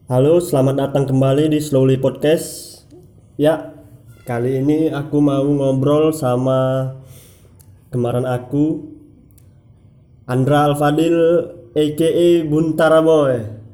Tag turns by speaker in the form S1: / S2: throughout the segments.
S1: Halo, selamat datang kembali di Slowly Podcast. Ya, kali ini aku mau ngobrol sama kembaran aku, Andra Alfadil, aka Buntara Boy.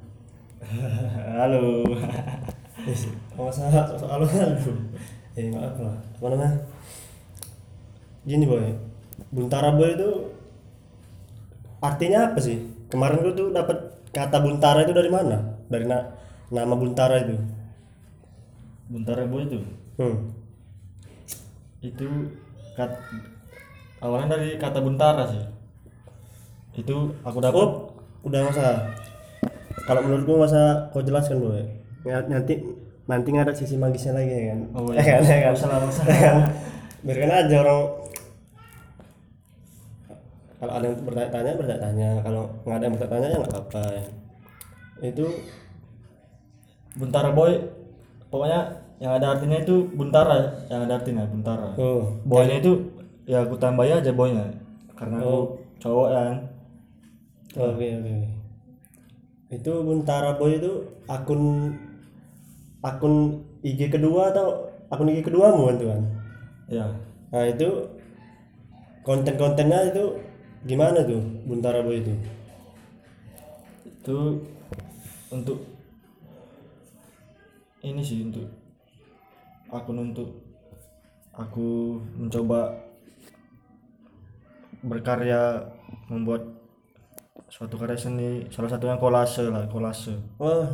S2: Halo.
S1: Masalah soal aduh. Maaf lah. Apa namanya? Gini boy, Buntara Boy itu artinya apa sih? Kemarin gue tuh dapat kata Buntara itu dari mana? Dari nama Buntara itu.
S2: Buntara Boy itu
S1: Hmm.
S2: itu kat, awalnya dari kata buntara sih. Itu aku dapat.
S1: Oh, udah masa. Kalau menurutku masa kau jelaskan boy. Nanti nanti nggak ada sisi magisnya lagi ya kan.
S2: Oh
S1: Eh
S2: ya,
S1: kan, ya kan.
S2: masalah
S1: Ya kan.
S2: masalah.
S1: Biarkan aja orang kalau ada yang bertanya-tanya bertanya-tanya, kalau nggak ada yang bertanya ya nggak apa-apa. Itu
S2: Buntara Boy, pokoknya yang ada artinya itu buntara, yang ada artinya buntara.
S1: dari
S2: Boynya itu ya aku tambah aja boynya, karena aku
S1: oh
S2: cowok kan.
S1: oke oke. Itu Buntara Boy itu akun akun IG kedua atau akun IG keduamu kan tuh kan?
S2: Ya,
S1: Nah itu konten-kontennya itu gimana tuh Buntara Boy itu?
S2: itu untuk ini sih, untuk untuk aku mencoba berkarya, membuat suatu karya seni, salah satunya kolase lah, kolase.
S1: Oh,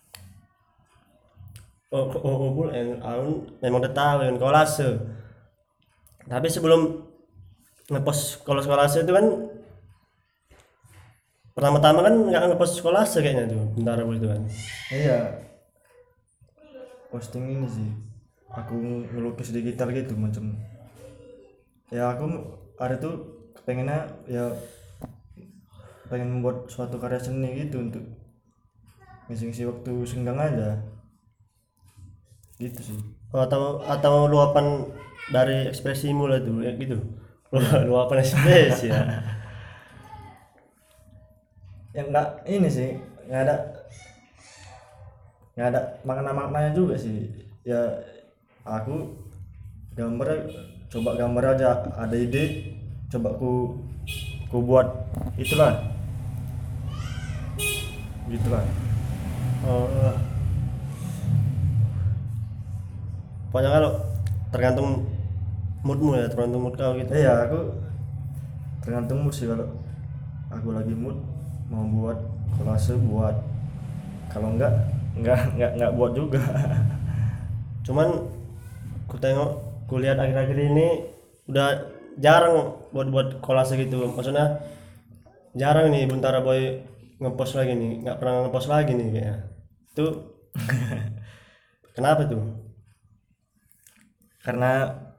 S1: memang udah tahu kan kolase. Tapi sebelum ngepost kolase itu kan pertama-tama kan nggak ngepost kolase kayaknya tuh bentar aku itu kan.
S2: Iya, posting ini sih, aku ngelukis digital gitu macam. Ya aku ada tuh pengennya ya, pengen membuat suatu karya seni gitu untuk ngisi-ngisi waktu senggang aja gitu sih.
S1: Oh, atau luapan dari ekspresimu lah tuh ya gitu.
S2: Iya.
S1: Luapan ekspresi ya.
S2: Yang enggak ini sih, nggak ada makna-maknanya juga sih ya. Aku gambar, coba gambar aja, ada ide, coba ku buat, itulah, gitulah.
S1: Oh, pokoknya kalau tergantung moodmu ya, tergantung mood kau gitu.
S2: Iya, aku tergantung mood sih. Kalau aku lagi mood mau buat kolase, buat. Kalau enggak buat juga.
S1: Cuman ku tengok kulihat akhir-akhir ini udah jarang buat kolase gitu. Maksudnya jarang nih Buntara Boy ngepost lagi nih, nggak pernah ngepost lagi nih kayaknya. Itu kenapa tuh?
S2: Karena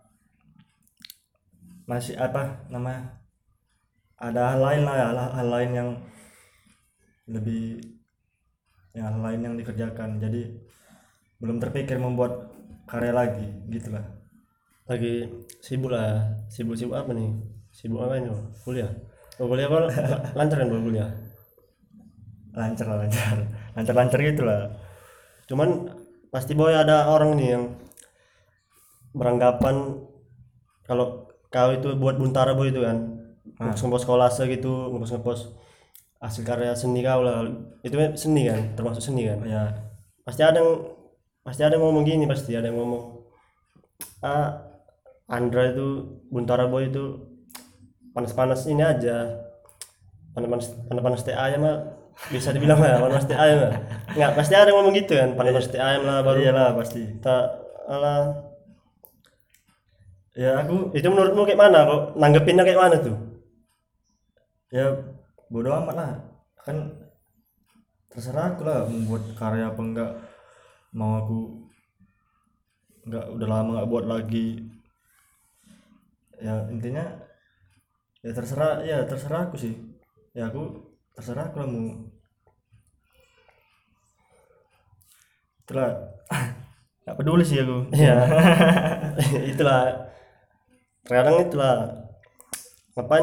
S2: masih apa namanya, ada hal lain lah ya, hal lain yang lebih, ya hal lain yang dikerjakan, jadi belum terpikir membuat karya lagi gitulah.
S1: Lagi sibuk lah, sibuk-sibuk apa nih? Sibuk apa ini? Kuliah. Oh, kuliah apa lancar kan Bro, kuliah?
S2: Lancar lah, lancar. Lancar gitulah.
S1: Cuman pasti boy ada orang nih yang beranggapan kalau kau itu buat Buntara Boy itu kan
S2: Nah,
S1: ngepost kolase gitu, ngepost hasil karya seni kau lah, itu kan seni kan, termasuk seni kan.
S2: ya,
S1: pasti ada yang pasti ada yang ngomong gini, pasti ada yang ngomong, ah, Andra itu Buntara Boy itu panas-panas ini aja, panas-panas teh ayam mah, bisa dibilang lah panas teh ayam lah. Nggak, pasti ada yang ngomong gitu kan, panas teh ayam lah baru
S2: iyalah pasti.
S1: tak alah.
S2: Ya aku,
S1: Itu menurutmu kayak mana kok, nanggepinnya kayak mana tuh?
S2: ya bodo amat lah, kan terserah aku lah membuat karya apa enggak. Mau aku enggak, udah lama enggak buat lagi, ya intinya ya terserah, ya terserah aku sih. Ya aku terserah aku lah mau, itulah. Nggak peduli sih aku.
S1: Ya. Itulah, terkadang itulah, ngapain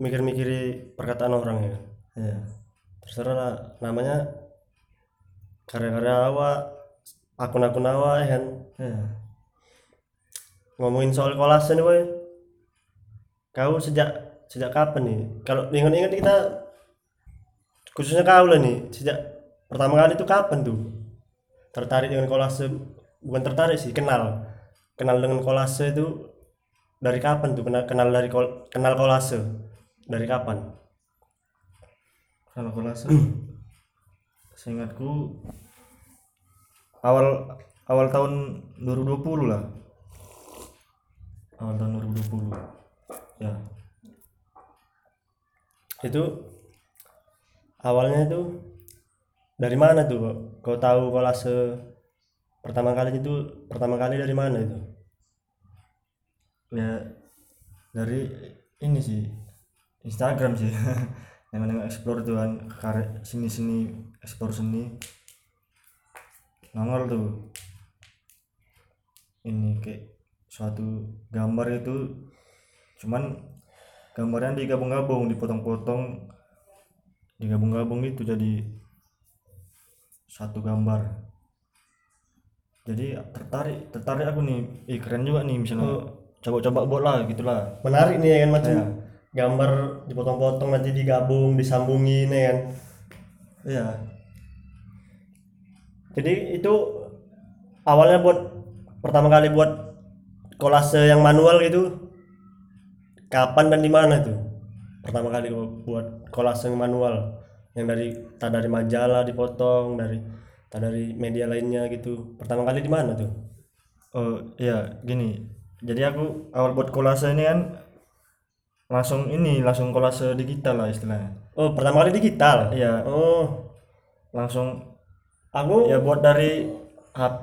S1: mikir-mikiri perkataan orang ya.
S2: Ya,
S1: Terserah lah, namanya karya-karya awak, akun-akun awak ya kan.
S2: Ya.
S1: Ngomongin soal kolase nih boy, kau sejak kapan nih? Kalau ingat-ingat kita, khususnya kau lah nih, sejak pertama kali itu kapan tuh tertarik dengan kolase? Bukan tertarik sih, kenal dengan kolase itu dari kapan tuh? Kenal kolase dari kapan?
S2: Kalau kolase seingatku awal awal tahun 2020 lah. Awal tahun 2020. Ya.
S1: Itu awalnya itu dari mana tuh kau tahu kolase pertama kali dari mana itu?
S2: Ya dari ini sih Instagram sih. Nengok explore tuh kan karya seni explore seni nongol tuh ini kayak suatu gambar itu, cuman gambarnya digabung-gabung, dipotong-potong, digabung-gabung itu jadi satu gambar. Jadi tertarik aku nih, keren juga nih misalnya coba-coba buat lah gitulah.
S1: Menarik nih ya kan, macam
S2: Ya.
S1: gambar dipotong-potong nanti digabung disambungin ya kan.
S2: Iya.
S1: Jadi itu awalnya pertama kali buat kolase yang manual gitu kapan dan di mana tuh? Pertama kali kau buat kolase yang manual yang tak dari majalah dipotong, tak dari media lainnya gitu. Pertama kali di mana tuh?
S2: Oh iya gini. Jadi aku awal buat kolase ini kan langsung kolase digital lah istilahnya.
S1: Oh, pertama kali digital.
S2: Iya.
S1: Oh,
S2: Langsung
S1: aku
S2: ya buat dari HP,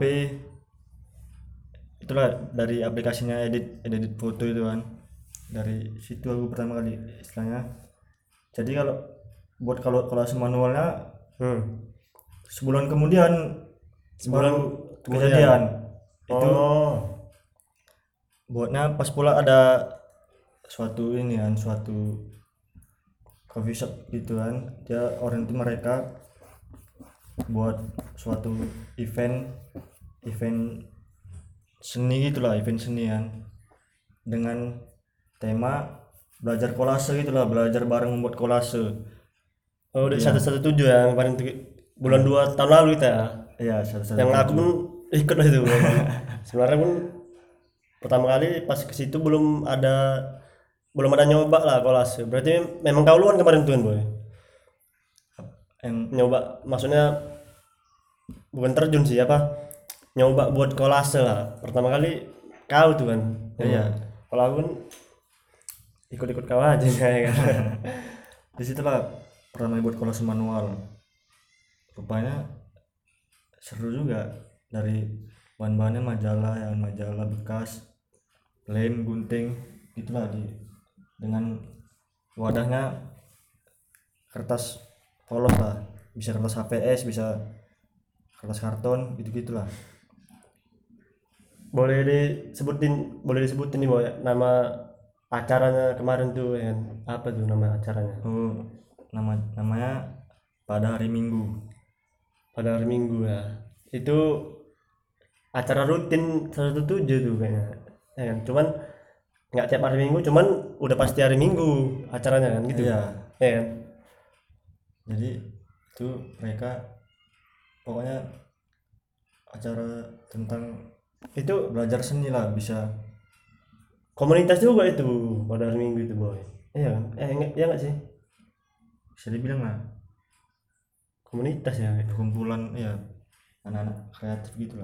S2: itulah dari aplikasinya edit foto itu kan, dari situ aku pertama kali istilahnya. Jadi kalau kolase manualnya sebulan kemudian
S1: Sebulan
S2: baru
S1: kemudian.
S2: kejadian. Itu
S1: Oh,
S2: buatnya pas pula ada suatu coffee shop gitu kan, dia orang itu mereka buat suatu event seni gitulah, event seni kan, dengan tema belajar kolase gitulah, belajar bareng membuat kolase.
S1: oh dari 117 yang kemarin tuh, bulan 2 tahun lalu kita ya.
S2: Iya, satu-satu.
S1: Yang aku pun ikut lah itu. Sebenarnya pun pertama kali pas ke situ belum ada nyoba lah kolase. Berarti memang kau luan kemarin tuh boy.
S2: Yang
S1: Nyoba maksudnya bukan terjun sih apa? Nyoba buat kolase lah. Pertama kali kau tuh kan.
S2: Iya.
S1: Kalau aku kan ikut-ikut kau aja ya kan.
S2: di situlah pertama buat kolase manual. Rupanya seru juga, dari bahan-bahannya majalah bekas, lem, gunting gitulah, dengan wadahnya kertas polos lah, bisa kertas HVS, bisa kertas karton gitu-gitulah.
S1: Boleh disebutin nih boy nama acaranya kemarin tuh ya kan. Apa tuh nama acaranya?
S2: Oh, namanya pada hari Minggu.
S1: Pada hari Minggu ya. Itu acara rutin 117 tuh kayaknya. Ya kan? Cuman nggak tiap hari Minggu, cuman udah pasti hari Minggu acaranya kan gitu.
S2: Iya.
S1: Ya kan?
S2: Jadi itu mereka pokoknya acara tentang
S1: Itu
S2: belajar seni lah, bisa
S1: komunitas juga itu pada hari Minggu itu boy. Iya kan? Iya nggak sih?
S2: bisa dibilang lah
S1: Komunitas ya. Gitu.
S2: kumpulan ya anak-anak kreatif gitulah.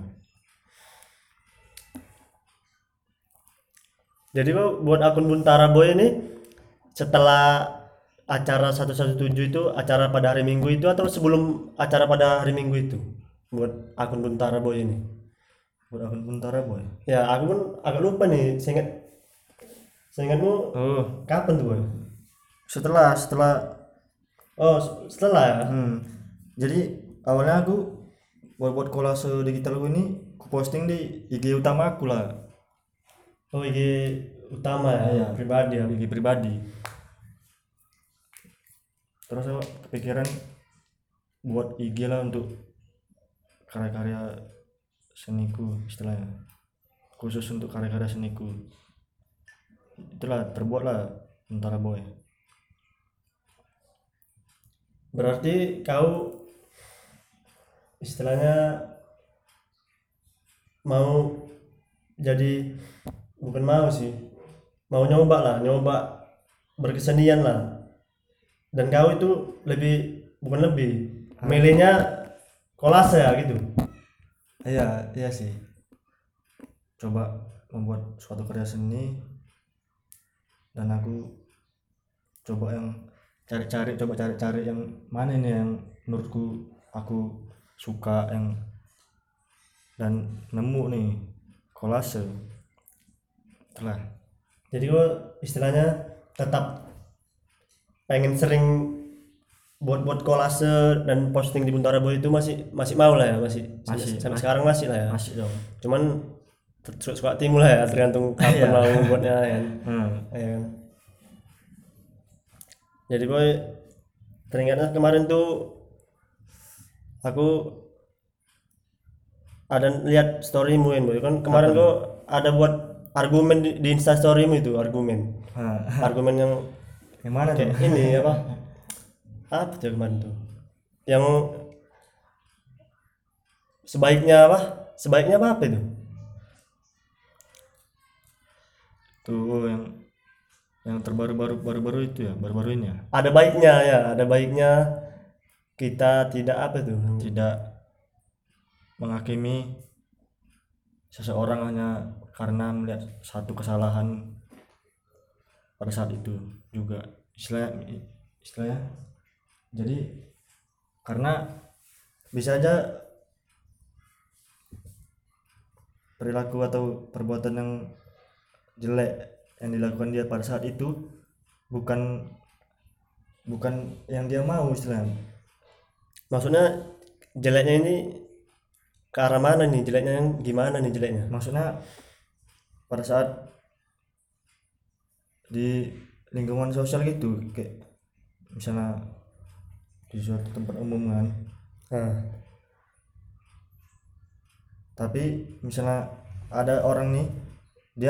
S1: Jadi buat akun Buntara Boy ini setelah acara 117 itu, acara pada hari Minggu itu, atau sebelum acara pada hari Minggu itu buat akun Buntara Boy ini?
S2: Buat akun Buntara Boy.
S1: Ya aku pun agak lupa nih, seingatmu
S2: Oh,
S1: kapan tuh boy?
S2: setelah
S1: Oh setelah ya.
S2: Jadi awalnya aku buat kolase digital gue ini aku posting di IG utama aku lah.
S1: Oh IG utama ya,
S2: Iya.
S1: pribadi ya.
S2: IG pribadi. Terus aku kepikiran buat IG lah untuk karya-karya seniku istilahnya, khusus untuk karya-karya seniku. Itulah terbuatlah Tentara Boy.
S1: Berarti kau istilahnya mau jadi, bukan mau sih, mau nyoba berkesenian lah. Dan kau itu bukan lebih milihnya kolase ya gitu.
S2: Iya sih, coba membuat suatu karya seni, dan aku coba cari yang mana ini yang menurutku aku suka, yang dan nemu nih kolase. Itulah.
S1: Jadi kau istilahnya tetap pengen sering buat kolase dan posting di Buntara Boy itu masih mau lah ya, masih sampai sekarang masih lah ya.
S2: Masih dong.
S1: Cuman suka timbul lah ya, tergantung kapan mau buatnya kan. Ya kan. Jadi Boy, teringatnya kemarin tuh aku ada lihat storymu ya Boy, kan kemarin kok ada buat argumen di Insta storymu itu, argumen
S2: Yang mana tuh?
S1: kayak ini apa tuh kemarin tuh, yang sebaiknya apa itu
S2: Tuh yang baru-baru itu ya, baru-baru ini ya.
S1: ada baiknya kita tidak apa tuh,
S2: Tidak menghakimi seseorang hanya karena melihat satu kesalahan pada saat itu juga, istilahnya. Jadi karena bisa aja perilaku atau perbuatan yang jelek yang dilakukan dia pada saat itu bukan yang dia mau, istilahnya.
S1: maksudnya jeleknya ini ke arah mana nih, jeleknya yang gimana nih jeleknya?
S2: Maksudnya pada saat di lingkungan sosial gitu, kayak misalnya di suatu tempat umum kan, tapi misalnya ada orang nih, dia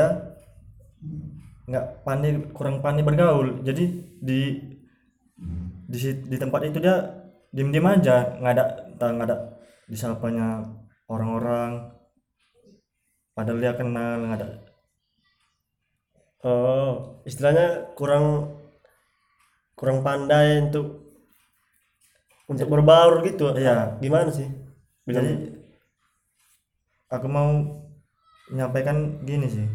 S2: kurang pandai bergaul, jadi di tempat itu dia diem aja, nggak ada disapanya orang-orang, padahal dia kenal, nggak ada.
S1: Istilahnya kurang pandai untuk berbaur gitu.
S2: Iya.
S1: Gimana sih
S2: Jadi aku mau menyampaikan gini sih,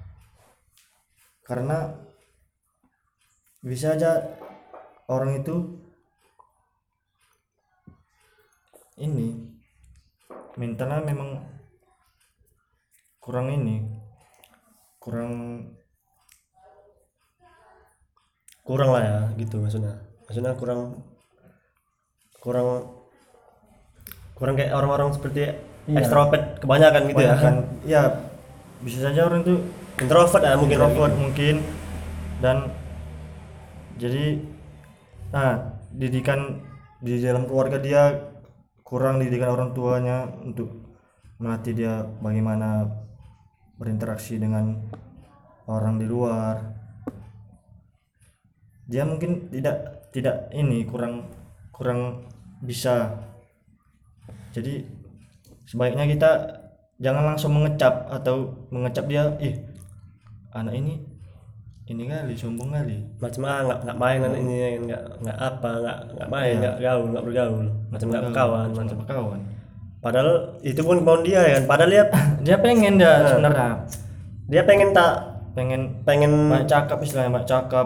S2: karena bisa aja orang itu ini mentalnya memang kurang
S1: lah ya gitu, maksudnya kurang kayak orang-orang seperti ekstrovert kebanyakan gitu ya.
S2: kan. Ya bisa saja orang itu
S1: Introvert ya mungkin.
S2: mungkin, dan jadi didikan di dalam keluarga dia kurang, didikan orang tuanya untuk melatih dia bagaimana berinteraksi dengan orang di luar. Dia mungkin tidak ini kurang bisa. Jadi sebaiknya kita jangan langsung mengecap dia, anak ini kali sombong kali,
S1: Macam nggak main ini, nggak main, nggak bergaul, macam nggak berkawan. Padahal itu pun kemauan dia kan, padahal
S2: dia pengen sebenarnya
S1: dia pengen
S2: banyak cakap, istilahnya banyak cakap,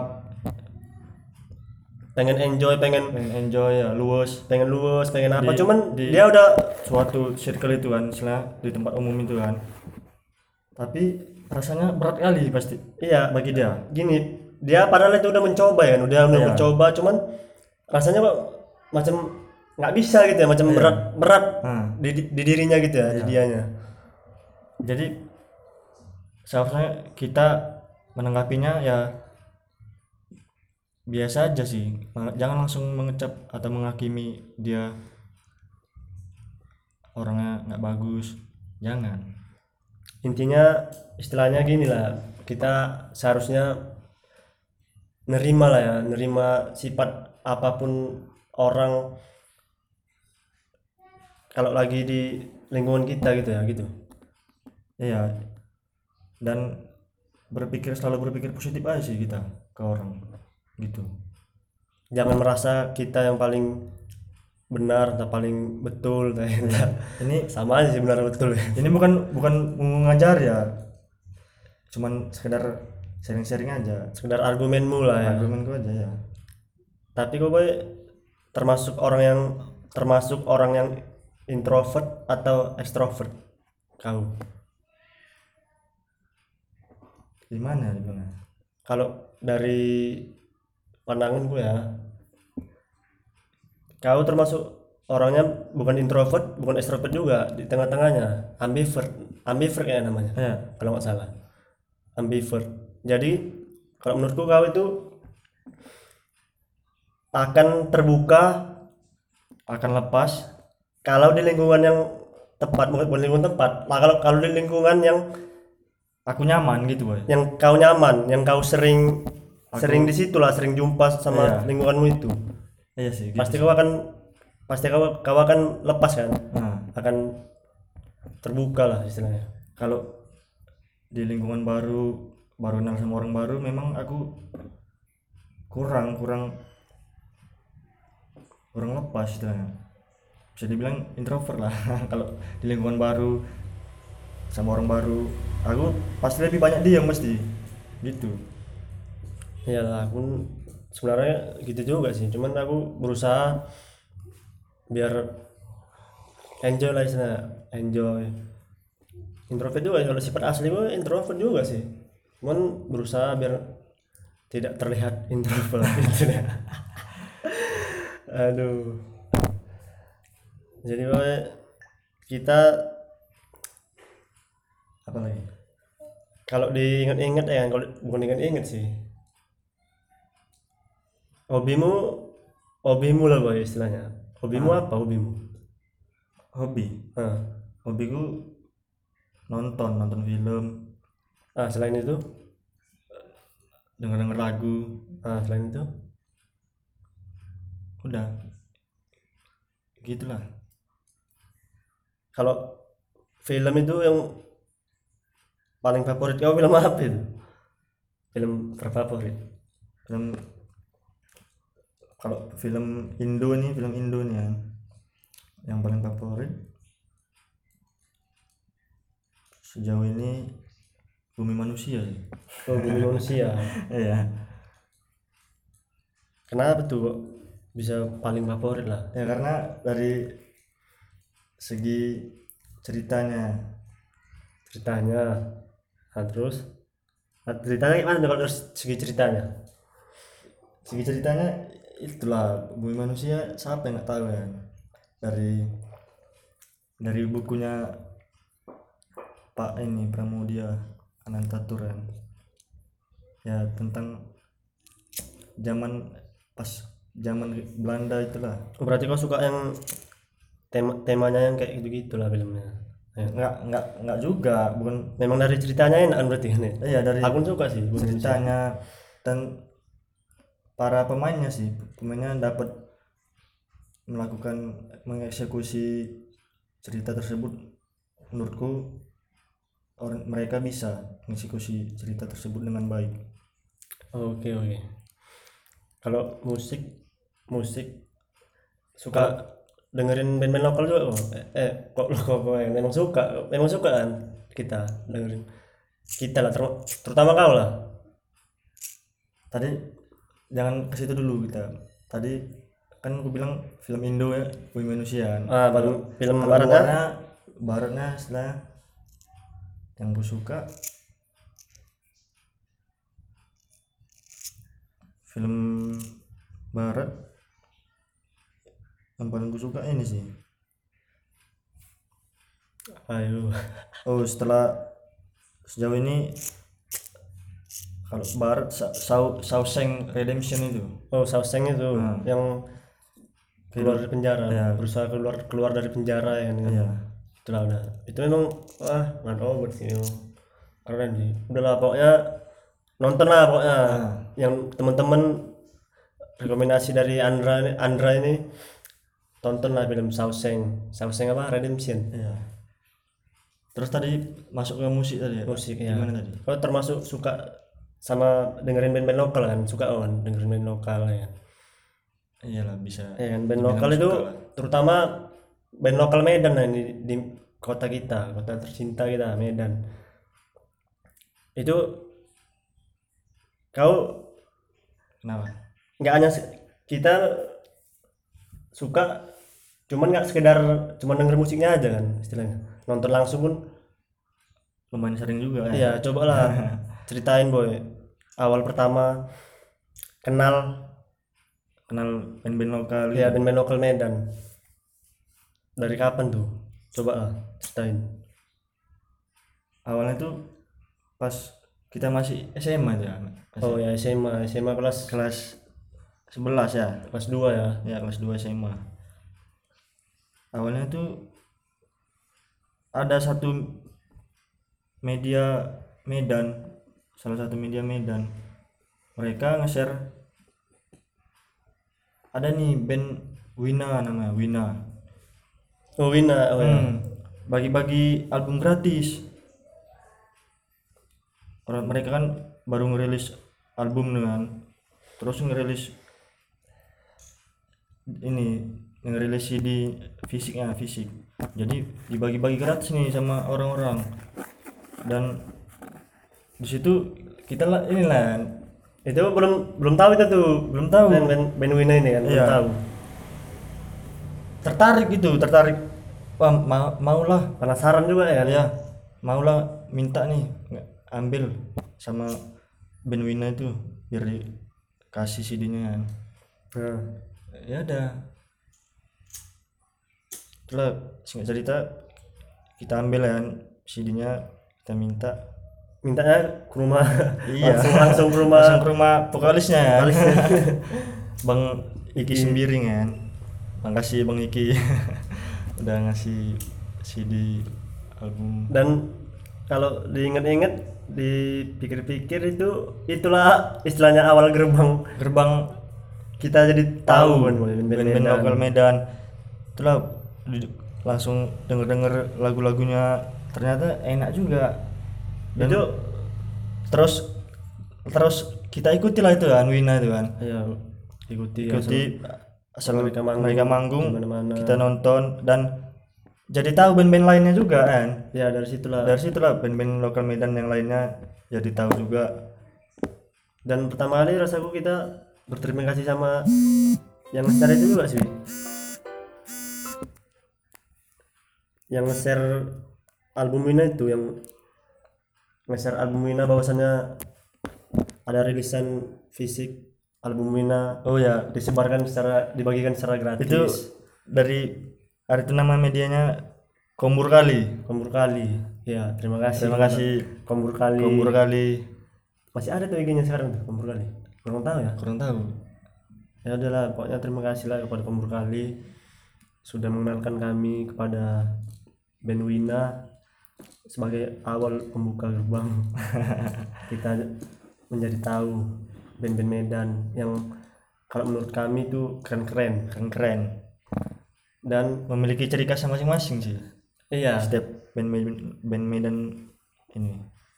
S1: pengen enjoy
S2: ya, luas,
S1: pengen apa, cuman
S2: di
S1: dia udah
S2: suatu circle itu kan, istilah di tempat umum itu kan, tapi rasanya berat kali pasti.
S1: Iya,
S2: bagi dia
S1: gini, dia padahal itu udah mencoba ya, udah mencoba, cuman rasanya kok macam nggak bisa gitu ya, macam berat di dirinya gitu ya, di dianya.
S2: Jadi seharusnya kita menanggapinya ya biasa aja sih, jangan langsung mengecap atau menghakimi dia orangnya nggak bagus, jangan.
S1: Intinya istilahnya gini lah, kita seharusnya nerima lah ya, nerima sifat apapun orang kalau lagi di lingkungan kita gitu ya gitu.
S2: Iya, dan selalu berpikir positif aja sih kita ke orang gitu.
S1: Jangan merasa kita yang paling benar atau paling betul.
S2: Ini
S1: Sama aja sih benar betul ya.
S2: ini bukan mengajar ya, cuman sekedar sharing-sharing aja,
S1: Sekedar argumenmu lah ya.
S2: argumenku aja ya.
S1: Tapi kok boy termasuk orang yang introvert atau extrovert kau?
S2: Gimana?
S1: Kalau dari pandanganku ya, kau termasuk orangnya bukan introvert bukan extrovert juga, di tengah-tengahnya, ambivert ya namanya
S2: Ya,
S1: kalau nggak salah, ambivert. Jadi kalau menurutku kau itu akan terbuka,
S2: akan lepas.
S1: kalau di lingkungan yang tepat, bukan lingkungan tempat lah, kalau di lingkungan yang
S2: Aku nyaman gitu, boy.
S1: kau nyaman, yang kau sering di situ lah, sering jumpa sama
S2: Iya.
S1: lingkunganmu itu,
S2: Iya sih gitu.
S1: pasti kau akan lepas kan,
S2: Nah,
S1: akan terbuka lah istilahnya.
S2: kalau di lingkungan baru kenal sama orang baru, memang aku kurang lepas istilahnya. Bisa dibilang introvert lah. Kalau di lingkungan baru sama orang baru, aku pasti lebih banyak diam mesti gitu.
S1: Iyalah, aku sebenarnya gitu juga sih, cuman aku berusaha biar enjoy lah istilahnya, enjoy. Introvert juga kalau sifat asli gue introvert juga sih, cuman berusaha biar tidak terlihat introvert gitu ya. Aduh, jadi boy, kita apa lagi, kalau diingat-ingat ya, kalau bukan ingat-ingat sih, hobimu hobimu lah boy istilahnya. Hobimu apa hobimu?
S2: Hobi
S1: Nah,
S2: hobiku nonton film,
S1: selain itu,
S2: denger lagu,
S1: selain itu
S2: udah gitulah.
S1: kalau film itu yang paling favorit kau film apa itu? Film terfavorit?
S2: Film Kalau film Indo nih yang paling favorit sejauh ini Bumi Manusia sih.
S1: Oh, Bumi Manusia.
S2: Iya.
S1: Kenapa tuh kok bisa paling favorit lah?
S2: Ya karena dari segi ceritanya.
S1: Terus ceritanya gimana tuh kalau dari segi ceritanya?
S2: Segi ceritanya itulah, Bumi Manusia, siapa yang nggak tahu ya, dari bukunya Pak ini Pramudia Anantatur ya, tentang zaman Belanda itulah.
S1: Oh, berarti kau suka yang temanya yang kayak gitu lah filmnya ya.
S2: Nggak juga, bukan.
S1: Memang dari ceritanya enak kan berarti ini.
S2: Iya, dari
S1: Aku suka sih Bumi Manusia.
S2: ceritanya dan para pemainnya dapat mengeksekusi cerita tersebut. Menurutku mereka bisa mengeksekusi cerita tersebut dengan baik.
S1: Oke. Kalau musik suka dengerin band-band lokal juga kok? Memang suka kan kita dengerin, kita lah terutama kau lah.
S2: Tadi jangan ke situ dulu kita. Tadi kan aku bilang film Indo ya, Bumi Manusia.
S1: Baru film
S2: Kalau
S1: baratnya
S2: baratnya setelah yang aku suka film barat, yang paling aku suka ini sih.
S1: ayo.
S2: Sejauh ini kalau barat Shawshank Redemption itu.
S1: Shawshank itu yang keluar dari penjara,
S2: Iya.
S1: berusaha keluar dari penjara ya kan.
S2: Iya.
S1: Itulah udah. Itu memang nggak tahu buat sih memang keren sih. Udahlah pokoknya nonton lah pokoknya. Yang teman-teman rekomendasi dari Andra ini tonton lah film Shawshank apa Redemption.
S2: Iya. Terus tadi masuk ke musik tadi ya?
S1: Musik ya.
S2: Gimana tadi?
S1: Kau termasuk suka sama dengerin band-band lokal kan? Suka kan dengerin band lokal ya.
S2: Iyalah bisa.
S1: Ya kan band
S2: dibilang
S1: lokal itu
S2: suka lah.
S1: terutama band lokal Medan lah di kota kita, kota tercinta kita Medan. Itu kau
S2: Kenapa?
S1: nggak hanya kita suka cuman nggak sekedar cuman denger musiknya aja kan istilahnya, nonton langsung pun
S2: Lumayan sering juga ya.
S1: iya. Cobalah ceritain boy, awal pertama kenal
S2: band-band lokal
S1: ya
S2: gitu.
S1: band-band lokal Medan dari kapan tuh, coba lah ceritain.
S2: Awalnya tuh pas kita masih SMA tuh ya.
S1: Oh ya SMA kelas
S2: Kelas 11 ya.
S1: kelas 2 ya.
S2: Ya kelas 2 SMA. Awalnya tuh ada satu media Medan, salah satu media Medan, mereka nge-share ada nih band Wina, namanya Wina.
S1: Oh Wina, oh ya.
S2: Bagi-bagi album gratis. Orang mereka kan baru ngerilis album dengan terus ngerilis CD fisik. Jadi dibagi-bagi gratis nih sama orang-orang. Dan di situ kita lah inilah
S1: Itu belum tahu itu tuh,
S2: belum tahu
S1: band Wina ini kan, belum
S2: Iya.
S1: tahu.
S2: tertarik wah maulah
S1: Penasaran juga ya kan.
S2: ya maulah minta nih ambil sama band Wina itu biar dikasih CD-nya kan.
S1: Nah,
S2: Ya udah, itulah singkat cerita kita ambil kan CD-nya, kita
S1: mintanya ke rumah.
S2: iya
S1: langsung ke rumah
S2: langsung ke rumah vokalisnya kan. Bang Iki Sembiring kan. Makasih Bang Iki udah ngasih CD album.
S1: Dan kalau diinget-inget dipikir-pikir itulah istilahnya awal gerbang kita jadi tahu kan
S2: band-band lokal Medan. Itulah langsung denger lagu-lagunya, ternyata enak juga. Dan
S1: itu
S2: terus kita ikutilah itu kan Wina itu kan.
S1: ya ikuti
S2: Asal
S1: mereka
S2: manggung
S1: di mana-mana.
S2: kita nonton dan jadi tahu band-band lainnya juga kan.
S1: Ya dari situlah
S2: Band-band lokal Medan yang lainnya jadi tahu juga.
S1: dan pertama kali rasaku kita berterima kasih sama yang nge-share itu juga sih, yang nge-share album Wina itu, yang nge-share album Wina bahwasannya ada rilisan fisik album Wina.
S2: Oh ya,
S1: dibagikan secara gratis.
S2: itu dari itu nama medianya Kombur Kali.
S1: Ya, terima kasih Kombur
S2: Kombur Kali.
S1: Masih ada tuh IG-nya sekarang tuh Kombur Kali, kurang tahu ya.
S2: Kurang tahu.
S1: Ya udahlah, pokoknya terima kasih lah kepada Kombur Kali sudah mengenalkan kami kepada band Wina sebagai awal pembuka gerbang. Kita menjadi tahu band-band Medan yang kalau menurut kami itu keren dan
S2: Memiliki ciri khas masing-masing sih
S1: iya.
S2: setiap band Medan ini.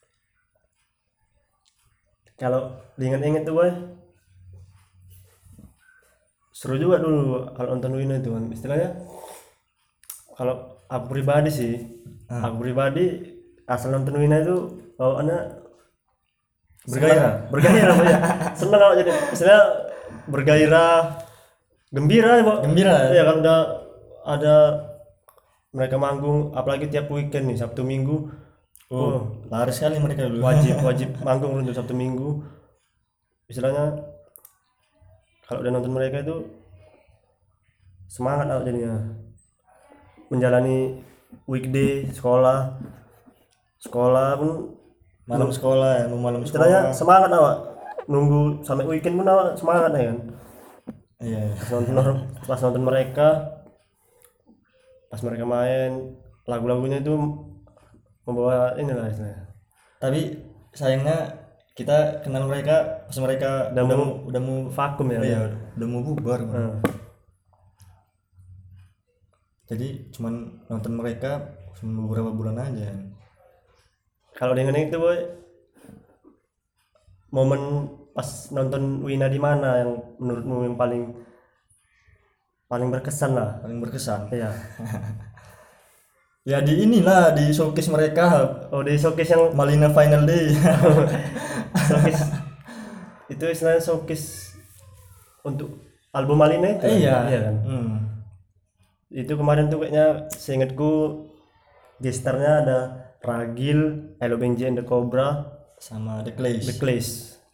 S1: Kalau diingat-ingat tuh boy, seru juga dulu kalau nonton Wina itu kan. Istilahnya kalau aku pribadi sih, asal nonton Wina itu bawaannya bergairah ya. Senang kalau jadi istilahnya bergairah, gembira ya Pak. Ya kalau udah ada mereka manggung, apalagi tiap weekend nih, Sabtu Minggu.
S2: Laris sekali mereka dulu.
S1: Wajib manggung untuk Sabtu Minggu. Istilahnya kalau udah nonton mereka itu semangat jadinya menjalani weekday, sekolah pun
S2: Malam sekolah ya, mau malam
S1: istilahnya
S2: sekolah.
S1: semangat awak nunggu sampai weekend pun awak semangat ya kan.
S2: Iya.
S1: Pas nonton pas mereka main lagu-lagunya itu membawa inilah istilahnya.
S2: Tapi sayangnya kita kenal mereka pas mereka udah mau
S1: Vakum ya.
S2: iya, udah mau bubar.
S1: Nah,
S2: Jadi cuman nonton mereka cuma beberapa bulan aja.
S1: kalau dengan itu boy, momen pas nonton Wina di mana yang menurutmu yang paling berkesan lah?
S2: Paling berkesan.
S1: Iya.
S2: Ya di inilah di showcase mereka
S1: Oh, di showcase yang
S2: Malina Final Day.
S1: showcase itu istilahnya showcase untuk album Malina itu.
S2: Iya.
S1: Iya kan? Itu kemarin tuh kayaknya seingatku gestarnya ada Ragil, Elo Benji and the Cobra,
S2: Sama The
S1: The
S2: Clash.
S1: Clash.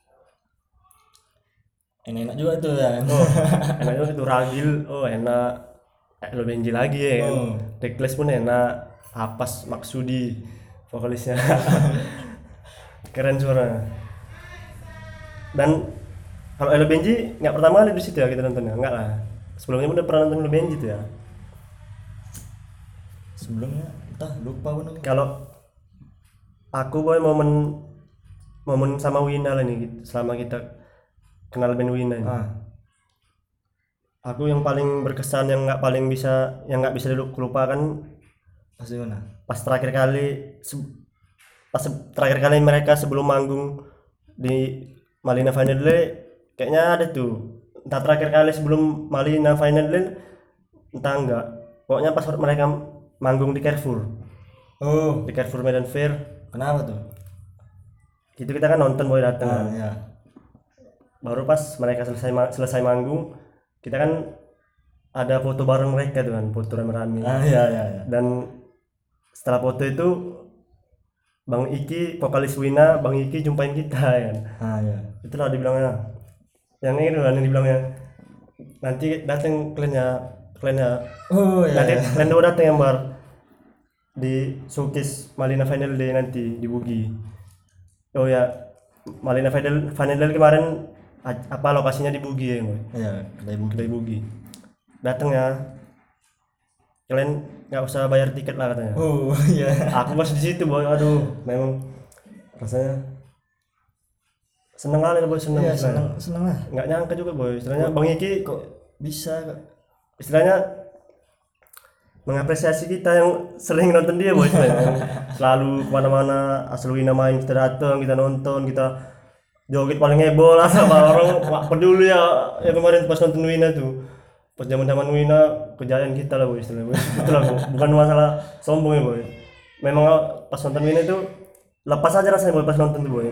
S2: Enak juga tuh ya.
S1: Oh, enaknya itu Ragil, oh enak. Elo Benji lagi ya kan.
S2: Oh.
S1: The Clash pun enak. Apas Maksudi vokalisnya. Keren suara. Dan kalau Elo Benji nggak pertama kali di situ ya kita nontonnya, enggak lah. Sebelumnya udah pernah nonton Elo Benji tuh ya.
S2: Sebelumnya entah lupa bener.
S1: Kalau aku boy momen sama Wina lah nih selama kita kenal band Wina ini. Aku yang paling berkesan yang nggak bisa dilupakan
S2: Pasti mana?
S1: pas terakhir kali mereka sebelum manggung di Malina Final Day, kayaknya ada tuh entah terakhir kali sebelum Malina Final Day entah enggak, pokoknya pas mereka manggung di Carrefour
S2: Oh,
S1: Medan Fair
S2: kenapa tuh?
S1: itu kita kan nonton boy datang.
S2: Ya.
S1: Baru pas mereka selesai manggung kita kan ada foto bareng mereka tuh kan, foto rame-rame.
S2: Iya.
S1: Dan setelah foto itu Bang Iki vokalis Wina, Bang Iki jumpain kita ya kan.
S2: Iya.
S1: Itulah dibilangnya yang ini kan yang dibilangnya nanti datang kalian ya
S2: Oh iya.
S1: nanti kalian udah datang yang bar di showcase Malina Final Day nanti di Bugi. Oh ya, Malina Final Day kemarin apa lokasinya di Bugi ya boy.
S2: Iya, kedai Bugi.
S1: Dari Bugi datang ya, kalian nggak usah bayar tiket lah katanya.
S2: Oh iya.
S1: Aku masih di situ boy, aduh memang rasanya seneng kali boy,
S2: Iya, seneng lah.
S1: nggak nyangka juga boy, istilahnya Bang Iki
S2: Kok bisa kok?
S1: istilahnya mengapresiasi kita yang sering nonton dia boy, istilahnya. Selalu kemana-mana asal Wina main kita datang, kita nonton, kita joget paling heboh lah sama orang wah, peduli ya kemarin pas nonton Wina tuh pas zaman Wina kejayaan kita lah boy, istilahnya boy. Itulah boy. Bukan masalah sombong ya boy, memang pas nonton Wina itu lepas aja rasanya boy pas nonton tuh boy,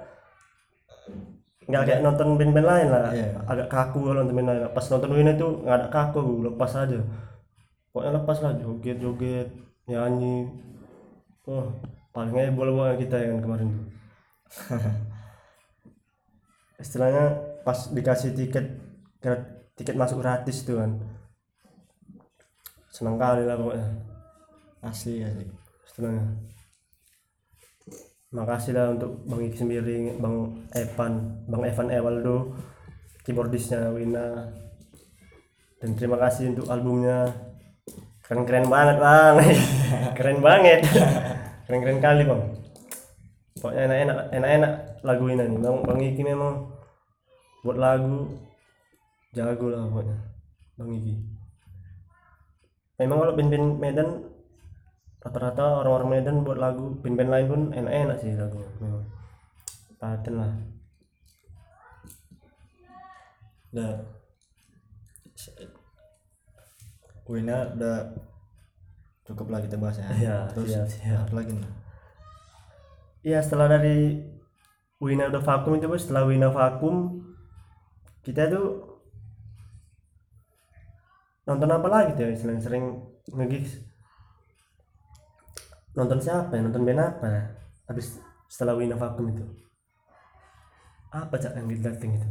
S1: nggak kayak nonton band-band lain lah.
S2: Iya.
S1: Agak kaku kalau nonton band lain, pas nonton Wina itu nggak ada kaku, lepas aja pokoknya lepas lah, joget nyanyi, paling heboh lah kita yang kemarin tuh. Istilahnya pas dikasih tiket masuk gratis tuh kan, senang kali lah pokoknya
S2: Asli.
S1: istilahnya. Makasih lah untuk Bang Iki sendiri, Bang Evan Ewaldo keyboardisnya Wina, dan terima kasih untuk albumnya, keren banget bang. keren kali bang, pokoknya enak lagu ini nih. Bang Iki memang buat lagu jago lah pokoknya Bang Iki. Memang kalau band-band Medan rata-rata orang-orang Medan buat lagu, band-band lain pun enak-enak sih lagunya memang paten lah.
S2: Udah. Wina udah cukup lah kita bahas ya.
S1: Iya,
S2: Terus
S1: siap.
S2: apa lagi nih?
S1: Iya, setelah dari Wina udah vakum itu bos, setelah Wina vakum kita tuh nonton apa lagi tuh ya, sering nge-gigs. Nonton siapa ya, nonton band apa ya habis setelah Wina vakum itu, apa cak yang dateng itu?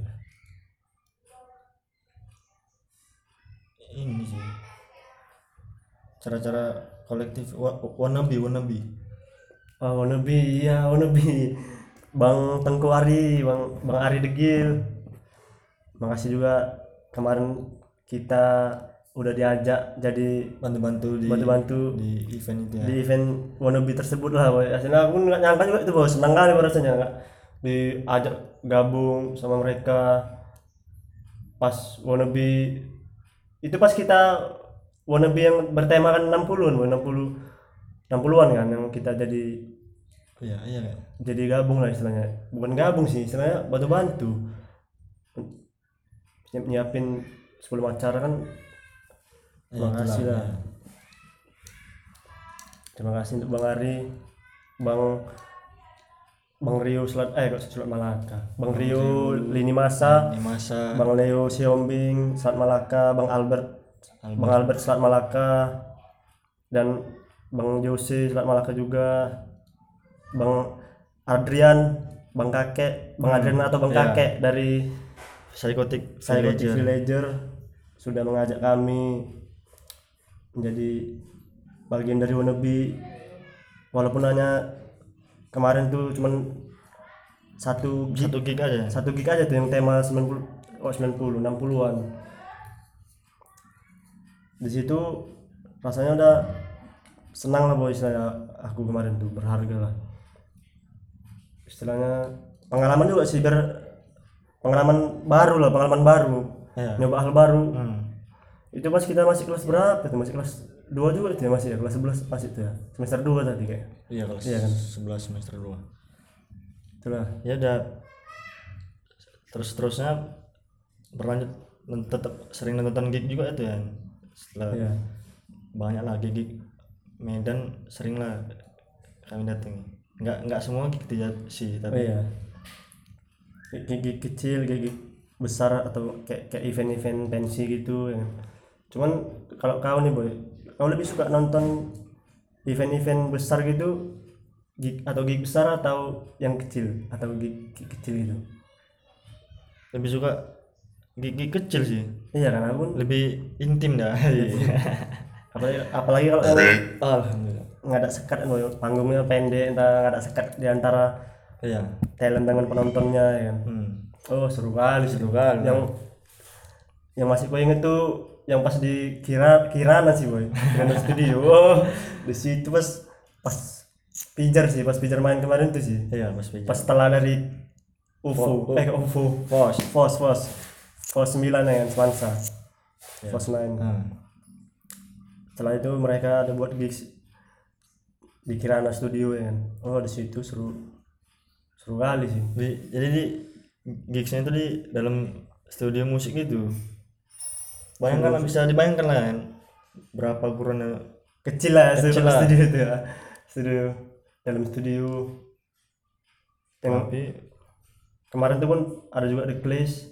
S2: Ini sih cara-cara kolektif wannabe.
S1: Oh, wannabe Bang Tengku Ari, Bang Ari Degil. Makasih juga kemarin kita udah diajak jadi
S2: bantu-bantu
S1: bantu-bantu
S2: di event itu ya.
S1: di event wannabe tersebut lah boy. Aslinya aku nggak nyangka juga itu bos, senang kali rasanya nggak diajak gabung sama mereka pas wannabe itu, pas kita wannabe yang bertemakan 60-an boy, 60-an kan yang kita
S2: Iya Kak.
S1: jadi gabung lah istilahnya, bukan gabung sih istilahnya, bantu-bantu nyiapin sebelum acara kan. Terima kasih
S2: itulah,
S1: lah.
S2: ya.
S1: Terima kasih untuk Bang Ari, Bang Rio Selat Malaka, Bang Rio Lini Masa,
S2: Di masa
S1: Bang Leo Siombing Selat Malaka, Bang Albert Selat Malaka, dan Bang Jose Selat Malaka juga, Bang Adrian, Bang Adrian atau Bang
S2: iya.
S1: Kakek dari
S2: Psychotic
S1: Psychotic Villager sudah mengajak kami menjadi bagian dari wannabe, walaupun hanya kemarin tuh cuman satu gig aja tuh yang tema 60-an. Di situ rasanya udah senang lah boy, saya aku kemarin tuh berharga lah istilahnya, pengalaman juga sih, pengalaman baru
S2: ya.
S1: nyoba hal baru. Itu pas kita masih kelas berapa tuh, masih kelas 2 juga itu ya, masih ya kelas 11 masih itu ya, semester 2 tadi kayak.
S2: Iya kelas
S1: Iya kan?
S2: 11 semester 2.
S1: Itulah.
S2: Ya udah terusnya berlanjut, tetap sering nonton gig juga itu ya. Setelah
S1: Iya.
S2: banyak lah gig Medan, sering lah kami datang. Nggak semua gig tidak sih,
S1: Oh
S2: tapi
S1: iya. Gig kecil, gig besar, atau kayak event-event pensi gitu ya. Cuman kalau kau nih boy, kau lebih suka nonton event-event besar gitu, gig besar atau yang kecil, atau gig kecil gitu?
S2: lebih suka gig kecil sih,
S1: Iya kan, aku
S2: lebih intim dah.
S1: apalagi kalau yang
S2: Alhamdulillah.
S1: nggak ada sekat boy, panggungnya pendek, entah nggak ada sekat di antara
S2: Iya.
S1: talent dengan penontonnya ya kan. Oh seru kali. Yang masih gue inget tuh yang pas di Kirana sih boy, Kirana Studio. Oh di situ pas Pijar main kemarin tuh sih,
S2: Iya Mas Beja.
S1: pas setelah dari UFO FOS 9 ya kan, Swansa FOS 9. Setelah itu mereka ada buat gigs di Kirana Studio ya kan. Oh di situ seru kali sih.
S2: Jadi di gigsnya itu di dalam studio musik itu. Bayangkan lah, bisa dibayangkan lah kan, berapa ukurannya.
S1: Kecil lah
S2: Kecil lah.
S1: studio itu ya. Dalam studio.
S2: Tapi
S1: Kemarin tuh pun ada juga The Clash.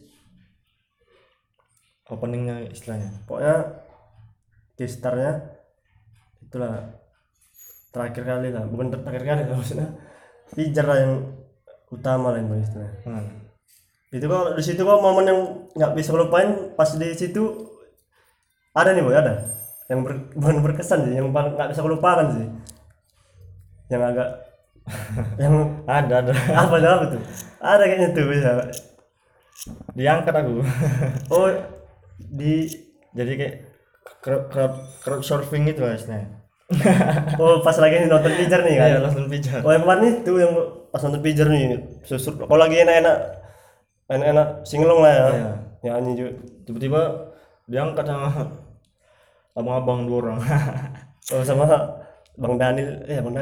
S2: openingnya istilahnya.
S1: Pokoknya gestarnya itulah terakhir kali lah, bukan terakhir kali lah maksudnya. Pijar lah yang utama lah yang istilahnya. Itu kok di situ kok momen yang nggak bisa lupain, pas di situ ada nih boy, ada yang bukan berkesan sih, yang paling nggak bisa lupakan sih, yang agak yang
S2: Ada
S1: apa tuh, ada kayaknya tuh bisa
S2: diangkat aku.
S1: oh
S2: Jadi kayak crowd surfing itu lah istilahnya.
S1: oh pas lagi nonton Pijar nih kan.
S2: Iya, langsung pijat.
S1: Oh yang kemarin itu yang pas nonton Pijar nih, kalau lagi enak singelong lah ya,
S2: Iya.
S1: nyanyi juga.
S2: Tiba-tiba diangkat sama abang-abang 2 orang.
S1: Oh sama Bang Daniel.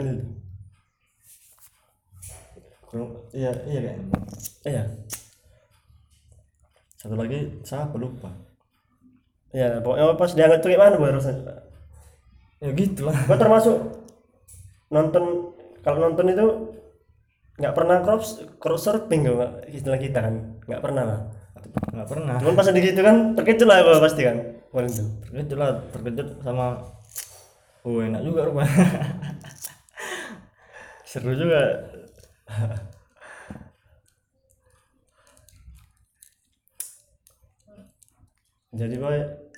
S2: Iya kayaknya.
S1: Iya.
S2: Satu lagi siapa lupa.
S1: Ya pokoknya pas diangkat tuh kayak mana boy rasanya.
S2: Ya gitulah.
S1: Gua termasuk kalau nonton itu nggak pernah cross surfing gua, istilah kita kan nggak pernah lah.
S2: Nggak pernah.
S1: Cuman pas gitu kan terkejut lah gua pasti kan kemarin tuh.
S2: Terkejut sama enak juga rupanya. Seru juga.
S1: Jadi boy,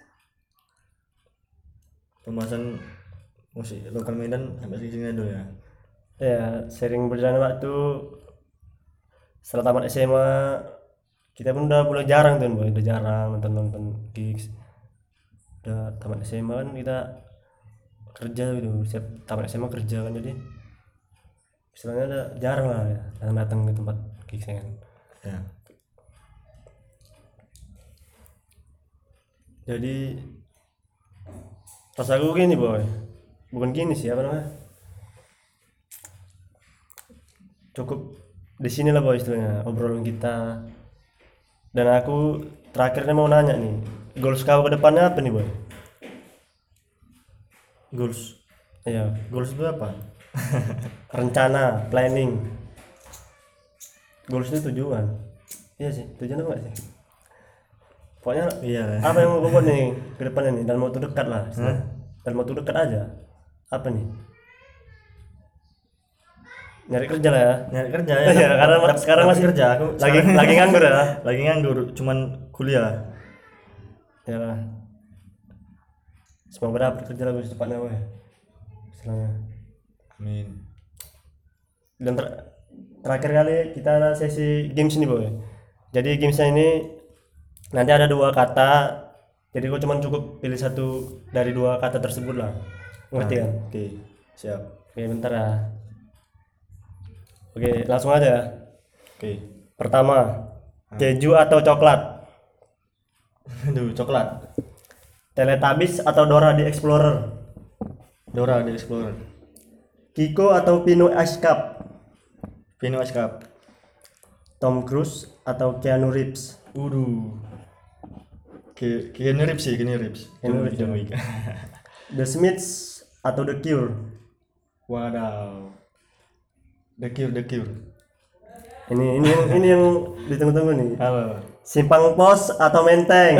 S2: pembahasan musik lokal Medan sampai sini dulu ya.
S1: ya sering berjalan waktu setelah tamat SMA kita pun udah mulai jarang tuh boy, udah jarang nonton gigs. Udah tamat SMA kan kita kerja gitu, siap tamat SMA kerja kan, jadi istilahnya udah jarang lah ya datang ke tempat gigs kan.
S2: Ya.
S1: Jadi rasaku gini boy, bukan gini sih, apa namanya, cukup di sini lah boy istilahnya obrolan kita. Dan aku terakhirnya mau nanya nih, goals kau ke depannya apa nih boy?
S2: Goals.
S1: Iya,
S2: Goals itu apa?
S1: rencana, planning. Goals itu tujuan. Iya sih, tujuan apa nggak sih? Pokoknya
S2: Iya.
S1: apa yang mau kau buat nih ke depannya nih, dalam waktu dekat lah istilahnya. Dalam waktu dekat aja. Apa nih? Nyari kerja lah ya.
S2: Nyari kerja ya.
S1: Iya, karena sekarang
S2: Dapat
S1: masih
S2: kerja aku.
S1: lagi nganggur ya.
S2: Lagi nganggur, cuman kuliah.
S1: Ya lah. Semoga dapat kerja lah secepatnya boy. Istilahnya.
S2: Amin.
S1: Dan terakhir kali kita ada sesi games ini boy. Jadi gamesnya ini nanti ada 2 kata, jadi kau cuman cukup pilih satu dari 2 kata tersebut lah, ngerti kan?
S2: Oke, siap.
S1: Oke bentar ya. Oke langsung aja.
S2: Oke.
S1: Pertama, keju atau coklat?
S2: Aduh, coklat.
S1: Teletubbies atau Dora the Explorer?
S2: Dora the Explorer.
S1: Kiko atau Pino Ice Cup?
S2: Pino Ice Cup.
S1: Tom Cruise atau Keanu Reeves?
S2: Keanu Reeves sih, Keanu Reeves.
S1: Keanu Reeves.
S2: John Wick.
S1: The Smiths atau The Cure?
S2: Wadaw. The Cure.
S1: Ini yang ditunggu-tunggu nih.
S2: Apa?
S1: Simpang Pos atau Menteng?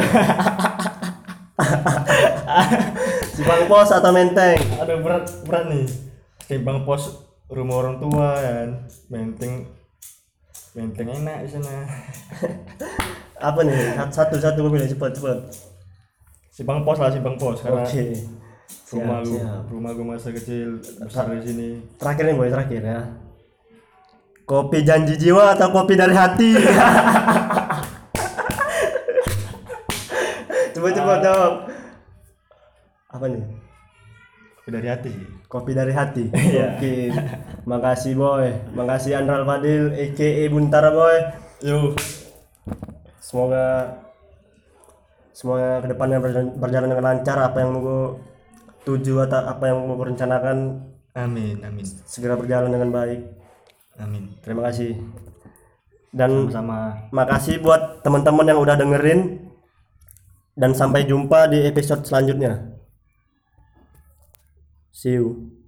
S1: Simpang Pos atau Menteng?
S2: Aduh, berat nih. Simpang Pos rumah orang tua kan. Menteng enak di sana.
S1: Apa nih? Satu gue pilih cepet.
S2: Simpang Pos karena
S1: Oke.
S2: rumah gue masa kecil besar di sini.
S1: Terakhir nih boy, terakhir ya. Kopi janji jiwa atau kopi dari hati? Coba jawab. Apa nih?
S2: Kopi dari hati sih.
S1: Kopi dari hati.
S2: Iya.
S1: Oke. Makasih boy. Makasih Andral Fadil aka Buntara boy.
S2: Yo.
S1: Semoga kedepannya berjalan dengan lancar. Apa yang mau gue tuju atau apa yang mau gue rencanakan
S2: Amin.
S1: segera berjalan dengan baik.
S2: Amin.
S1: Terima kasih. Dan
S2: Sama-sama.
S1: makasih buat teman-teman yang udah dengerin. Dan sampai jumpa di episode selanjutnya. See you.